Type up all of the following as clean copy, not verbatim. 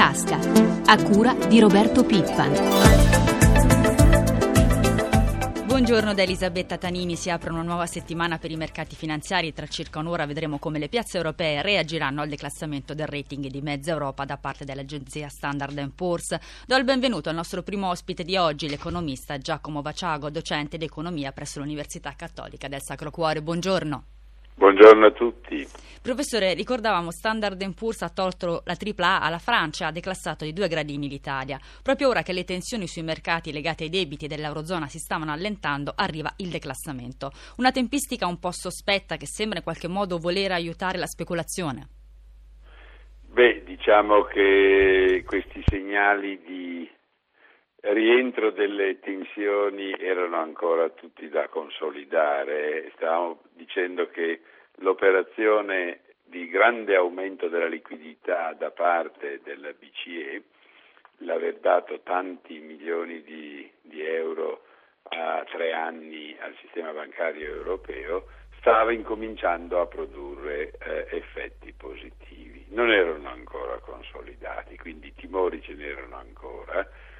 tasca, a cura di Roberto Pippan. Buongiorno da Elisabetta Tanini. Si apre una nuova settimana per i mercati finanziari. Tra circa un'ora vedremo come le piazze europee reagiranno al declassamento del rating di mezza Europa da parte dell'agenzia Standard & Poor's. Do il benvenuto al nostro primo ospite di oggi, l'economista Giacomo Vaciago, docente d'economia presso l'Università Cattolica del Sacro Cuore. Buongiorno. Buongiorno a tutti. Professore, ricordavamo Standard & Poor's ha tolto la AAA alla Francia e ha declassato di 2 gradini l'Italia. Proprio ora che le tensioni sui mercati legate ai debiti dell'Eurozona si stavano allentando, arriva il declassamento. Una tempistica un po' sospetta che sembra in qualche modo voler aiutare la speculazione. Diciamo che questi segnali di rientro delle tensioni erano ancora tutti da consolidare. Stavamo dicendo che l'operazione di grande aumento della liquidità da parte della BCE, l'aver dato tanti milioni di euro a 3 anni al sistema bancario europeo, stava incominciando a produrre effetti positivi. Non erano ancora consolidati, quindi i timori ce n'erano ancora.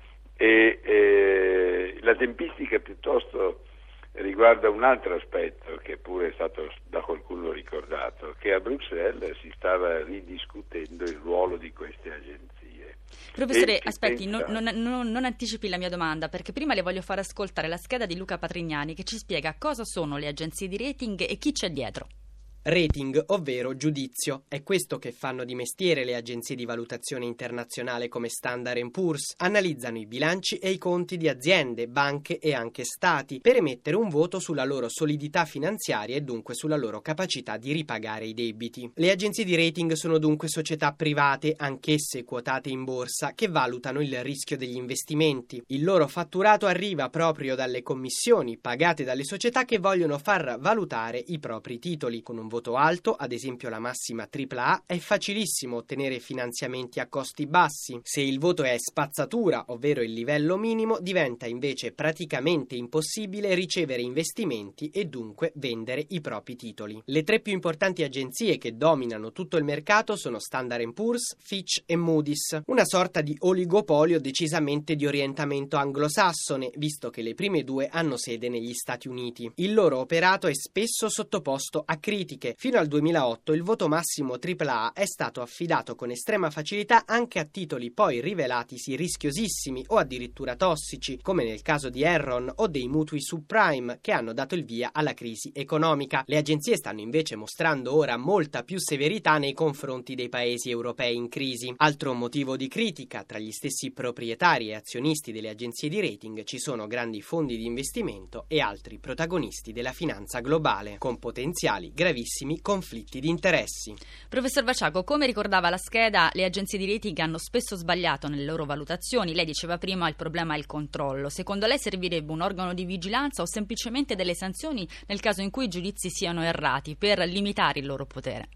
E la tempistica piuttosto riguarda un altro aspetto che pure è stato da qualcuno ricordato, che a Bruxelles si stava ridiscutendo il ruolo di queste agenzie. Professore, aspetti, non anticipi la mia domanda, perché prima le voglio far ascoltare la scheda di Luca Patrignani che ci spiega cosa sono le agenzie di rating e chi c'è dietro. Rating, ovvero giudizio, è questo che fanno di mestiere le agenzie di valutazione internazionale come Standard & Poor's. Analizzano i bilanci e i conti di aziende, banche e anche stati per emettere un voto sulla loro solidità finanziaria e dunque sulla loro capacità di ripagare i debiti. Le agenzie di rating sono dunque società private, anch'esse quotate in borsa, che valutano il rischio degli investimenti. Il loro fatturato arriva proprio dalle commissioni pagate dalle società che vogliono far valutare i propri titoli. Con un voto alto, ad esempio la massima AAA, è facilissimo ottenere finanziamenti a costi bassi. Se il voto è spazzatura, ovvero il livello minimo, diventa invece praticamente impossibile ricevere investimenti e dunque vendere i propri titoli. Le 3 più importanti agenzie che dominano tutto il mercato sono Standard & Poor's, Fitch e Moody's, una sorta di oligopolio decisamente di orientamento anglosassone, visto che le prime 2 hanno sede negli Stati Uniti. Il loro operato è spesso sottoposto a critiche. Fino al 2008 il voto massimo AAA è stato affidato con estrema facilità anche a titoli poi rivelatisi rischiosissimi o addirittura tossici, come nel caso di Enron o dei mutui subprime che hanno dato il via alla crisi economica. Le agenzie stanno invece mostrando ora molta più severità nei confronti dei paesi europei in crisi. Altro motivo di critica tra gli stessi proprietari e azionisti delle agenzie di rating ci sono grandi fondi di investimento e altri protagonisti della finanza globale, con potenziali gravissimi conflitti di interessi. Professor Vaciago, come ricordava la scheda, le agenzie di rating hanno spesso sbagliato nelle loro valutazioni. Lei diceva prima il problema è il controllo. Secondo lei servirebbe un organo di vigilanza o semplicemente delle sanzioni nel caso in cui i giudizi siano errati per limitare il loro potere?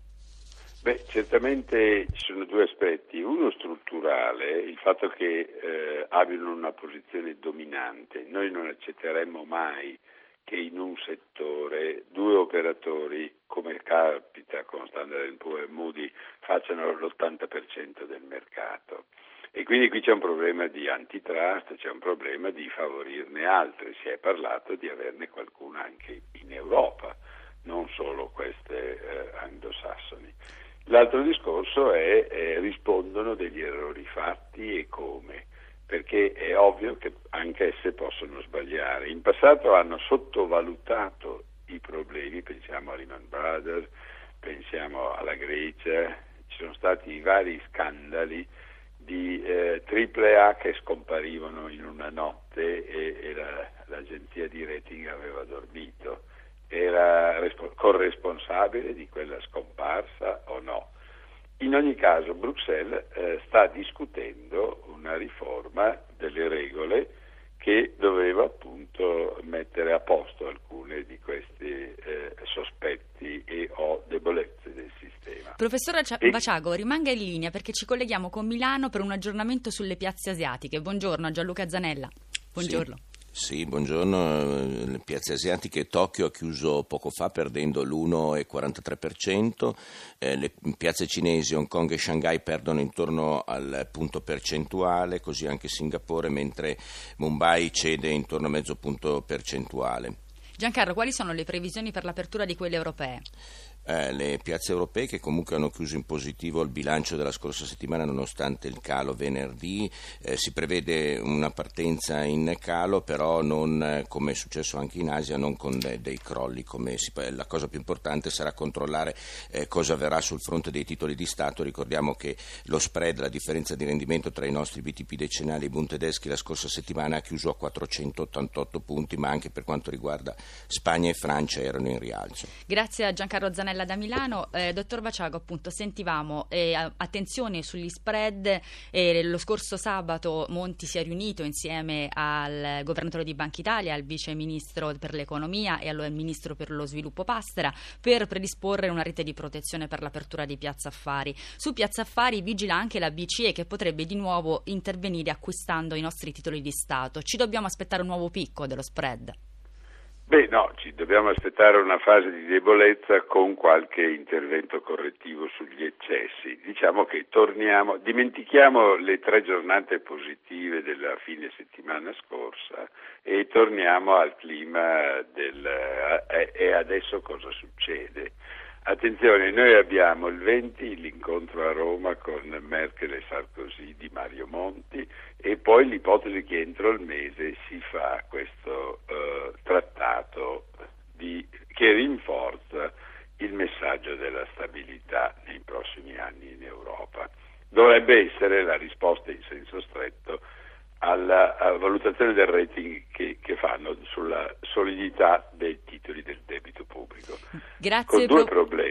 Certamente ci sono 2 aspetti. Uno strutturale, il fatto che abbiano una posizione dominante. Noi non accetteremmo mai che in un settore 2 operatori, come capita con Standard & Poor's e Moody, facciano l'80% del mercato. E quindi qui c'è un problema di antitrust, c'è un problema di favorirne altri. Si è parlato di averne qualcuna anche in Europa, non solo queste anglosassoni. L'altro discorso è rispondono degli errori fatti e come. Perché è ovvio che anche esse possono sbagliare. In passato hanno sottovalutato i problemi, pensiamo a Lehman Brothers, pensiamo alla Grecia, ci sono stati vari scandali di AAA che scomparivano in una notte e l'agenzia di rating aveva dormito. Era corresponsabile di quella scomparsa o no? In ogni caso Bruxelles sta discutendo una riforma delle regole che doveva appunto mettere a posto alcune di questi sospetti e o debolezze del sistema. Professore Vaciago, rimanga in linea perché ci colleghiamo con Milano per un aggiornamento sulle piazze asiatiche. Buongiorno a Gianluca Zanella. Buongiorno. Sì, buongiorno. Le piazze asiatiche, Tokyo ha chiuso poco fa perdendo l'1,43%, le piazze cinesi, Hong Kong e Shanghai perdono intorno al punto percentuale, così anche Singapore, mentre Mumbai cede intorno a mezzo punto percentuale. Giancarlo, quali sono le previsioni per l'apertura di quelle europee? Le piazze europee che comunque hanno chiuso in positivo il bilancio della scorsa settimana nonostante il calo venerdì, si prevede una partenza in calo, però non come è successo anche in Asia, non con dei crolli. La cosa più importante sarà controllare cosa avverrà sul fronte dei titoli di Stato. Ricordiamo che lo spread, la differenza di rendimento tra i nostri BTP decennali e i Bund tedeschi la scorsa settimana ha chiuso a 488 punti, ma anche per quanto riguarda Spagna e Francia erano in rialzo. Grazie a Giancarlo Zanella da Milano. Dottor Vaciago, appunto, sentivamo attenzione sugli spread. Lo scorso sabato Monti si è riunito insieme al governatore di Banca Italia, al vice ministro per l'economia e al ministro per lo sviluppo Pastera per predisporre una rete di protezione per l'apertura di Piazza Affari. Su Piazza Affari vigila anche la BCE, che potrebbe di nuovo intervenire acquistando i nostri titoli di Stato. Ci dobbiamo aspettare un nuovo picco dello spread? No, ci dobbiamo aspettare una fase di debolezza con qualche intervento correttivo sugli eccessi. Diciamo che dimentichiamo le 3 giornate positive della fine settimana scorsa e torniamo al clima e adesso cosa succede? Attenzione, noi abbiamo il 20 l'incontro a Roma con Merkel e Sarkozy di Mario Monti e poi l'ipotesi che entro il mese si fa questo trattato che rinforza il messaggio della stabilità nei prossimi anni in Europa. Dovrebbe essere la risposta in senso stretto alla valutazione del rating che fanno sulla solidità dei titoli del debito pubblico. Grazie. Con due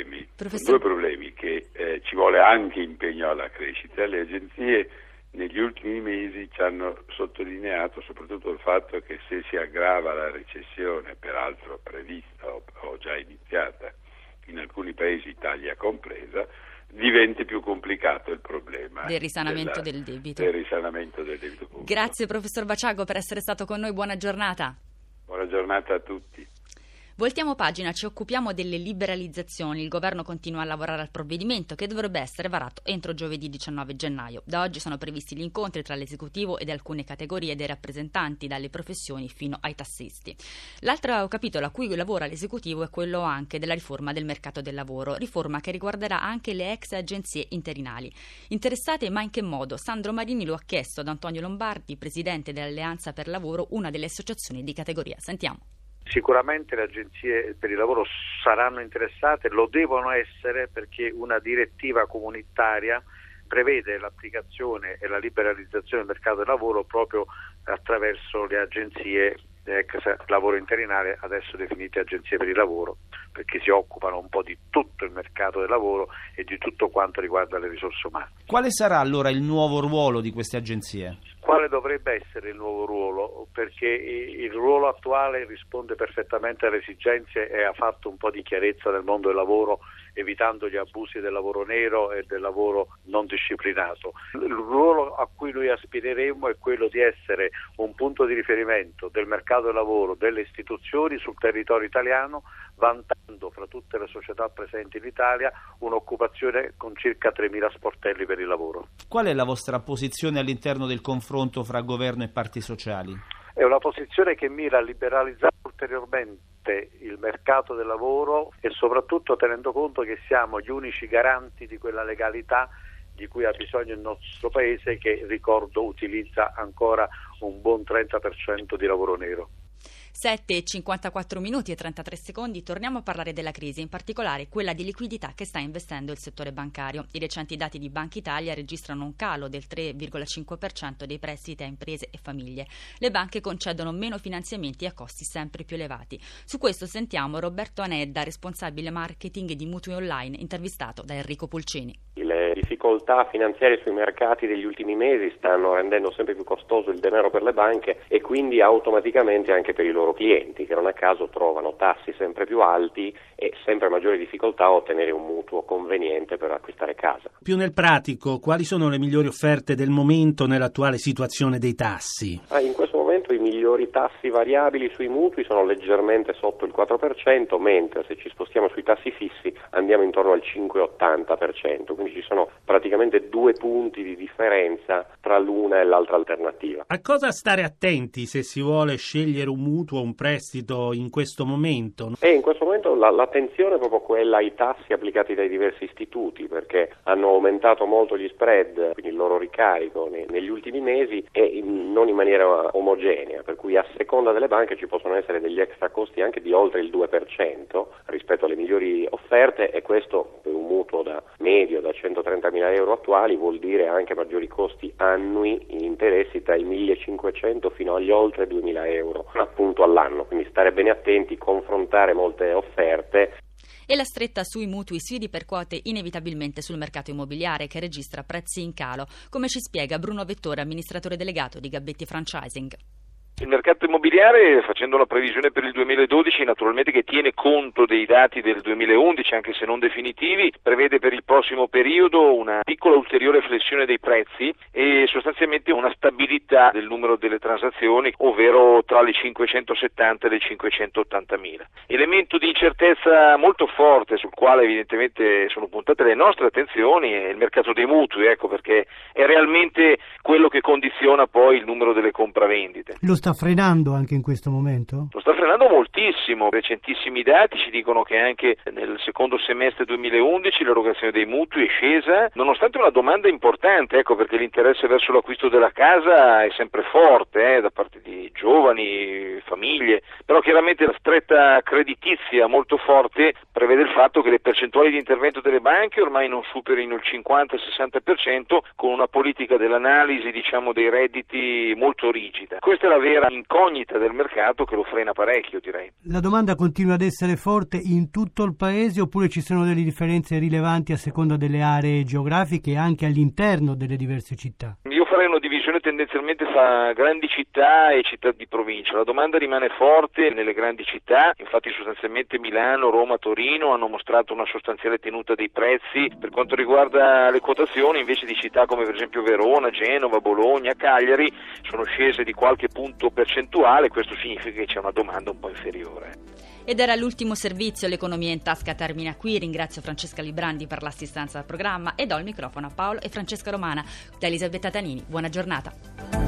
problemi che ci vuole anche impegno alla crescita. Le agenzie negli ultimi mesi ci hanno sottolineato soprattutto il fatto che se si aggrava la recessione, peraltro prevista o già iniziata in alcuni paesi, Italia compresa, diventi più complicato il problema del risanamento del debito. Pubblico. Grazie professor Vaciago per essere stato con noi, buona giornata. Buona giornata a tutti. Voltiamo pagina, ci occupiamo delle liberalizzazioni. Il governo continua a lavorare al provvedimento che dovrebbe essere varato entro giovedì 19 gennaio. Da oggi sono previsti gli incontri tra l'esecutivo ed alcune categorie dei rappresentanti, dalle professioni fino ai tassisti. L'altro capitolo a cui lavora l'esecutivo è quello anche della riforma del mercato del lavoro, riforma che riguarderà anche le ex agenzie interinali. Interessate, ma in che modo? Sandro Marini lo ha chiesto ad Antonio Lombardi, presidente dell'Alleanza per Lavoro, una delle associazioni di categoria. Sentiamo. Sicuramente le agenzie per il lavoro saranno interessate, lo devono essere perché una direttiva comunitaria prevede l'applicazione e la liberalizzazione del mercato del lavoro proprio attraverso le agenzie ex lavoro interinale, adesso definite agenzie per il lavoro, perché si occupano un po' di tutto il mercato del lavoro e di tutto quanto riguarda le risorse umane. Quale sarà allora il nuovo ruolo di queste agenzie? Quale dovrebbe essere il nuovo ruolo? Perché il ruolo attuale risponde perfettamente alle esigenze e ha fatto un po' di chiarezza nel mondo del lavoro, evitando gli abusi del lavoro nero e del lavoro non disciplinato. Il ruolo a cui noi aspireremo è quello di essere un punto di riferimento del mercato del lavoro, delle istituzioni sul territorio italiano, vantando fra tutte le società presenti in Italia un'occupazione con circa 3.000 sportelli per il lavoro. Qual è la vostra posizione all'interno del confronto fra governo e parti sociali? È una posizione che mira a liberalizzare ulteriormente il mercato del lavoro e soprattutto tenendo conto che siamo gli unici garanti di quella legalità di cui ha bisogno il nostro Paese, che, ricordo, utilizza ancora un buon 30% di lavoro nero. 7:54 e 33 secondi, torniamo a parlare della crisi, in particolare quella di liquidità che sta investendo il settore bancario. I recenti dati di Banca Italia registrano un calo del 3,5% dei prestiti a imprese e famiglie. Le banche concedono meno finanziamenti a costi sempre più elevati. Su questo sentiamo Roberto Anedda, responsabile marketing di Mutui Online, intervistato da Enrico Pulcini. Le difficoltà finanziarie sui mercati degli ultimi mesi stanno rendendo sempre più costoso il denaro per le banche e quindi automaticamente anche per i loro clienti, che non a caso trovano tassi sempre più alti e sempre maggiori difficoltà a ottenere un mutuo conveniente per acquistare casa. Più nel pratico, quali sono le migliori offerte del momento nell'attuale situazione dei tassi? In questo momento i migliori migliori tassi variabili sui mutui sono leggermente sotto il 4%, mentre se ci spostiamo sui tassi fissi andiamo intorno al 5,80%, quindi ci sono praticamente 2 punti di differenza tra l'una e l'altra alternativa. A cosa stare attenti se si vuole scegliere un mutuo o un prestito in questo momento? In questo momento l'attenzione è proprio quella ai tassi applicati dai diversi istituti, perché hanno aumentato molto gli spread, quindi il loro ricarico negli ultimi mesi, e non in maniera omogenea, per cui a seconda delle banche ci possono essere degli extra costi anche di oltre il 2% rispetto alle migliori offerte, e questo per un mutuo da medio da 130.000 euro attuali vuol dire anche maggiori costi annui in interessi tra i 1.500 fino agli oltre 2.000 euro appunto all'anno, quindi stare bene attenti, confrontare molte offerte. E la stretta sui mutui si ripercuote inevitabilmente sul mercato immobiliare, che registra prezzi in calo, come ci spiega Bruno Vettore, amministratore delegato di Gabbetti Franchising. Il mercato immobiliare, facendo la previsione per il 2012, naturalmente che tiene conto dei dati del 2011, anche se non definitivi, prevede per il prossimo periodo una piccola ulteriore flessione dei prezzi e sostanzialmente una stabilità del numero delle transazioni, ovvero tra le 570 e le 580 mila. Elemento di incertezza molto forte sul quale evidentemente sono puntate le nostre attenzioni è il mercato dei mutui, perché è realmente quello che condiziona poi il numero delle compravendite. Lo sta frenando anche in questo momento? Lo sta frenando moltissimo. Recentissimi dati ci dicono che anche nel secondo semestre 2011 l'erogazione dei mutui è scesa, nonostante una domanda importante, perché l'interesse verso l'acquisto della casa è sempre forte da parte di giovani, famiglie, però chiaramente la stretta creditizia molto forte prevede il fatto che le percentuali di intervento delle banche ormai non superino il 50-60%, con una politica dell'analisi dei redditi molto rigida. Questa è la vera incognita del mercato che lo frena parecchio, direi. La domanda continua ad essere forte in tutto il paese, oppure ci sono delle differenze rilevanti a seconda delle aree geografiche e anche all'interno delle diverse città? Io farei una divisione tendenzialmente fra grandi città e città di provincia. La domanda rimane forte nelle grandi città, infatti sostanzialmente Milano, Roma, Torino hanno mostrato una sostanziale tenuta dei prezzi. Per quanto riguarda le quotazioni, invece di città come per esempio Verona, Genova, Bologna, Cagliari sono scese di qualche punto percentuale, questo significa che c'è una domanda un po' inferiore. Ed era l'ultimo servizio, l'economia in tasca termina qui. Ringrazio Francesca Librandi per l'assistenza al programma e do il microfono a Paolo e Francesca Romana. Da Elisabetta Tanini, buona giornata.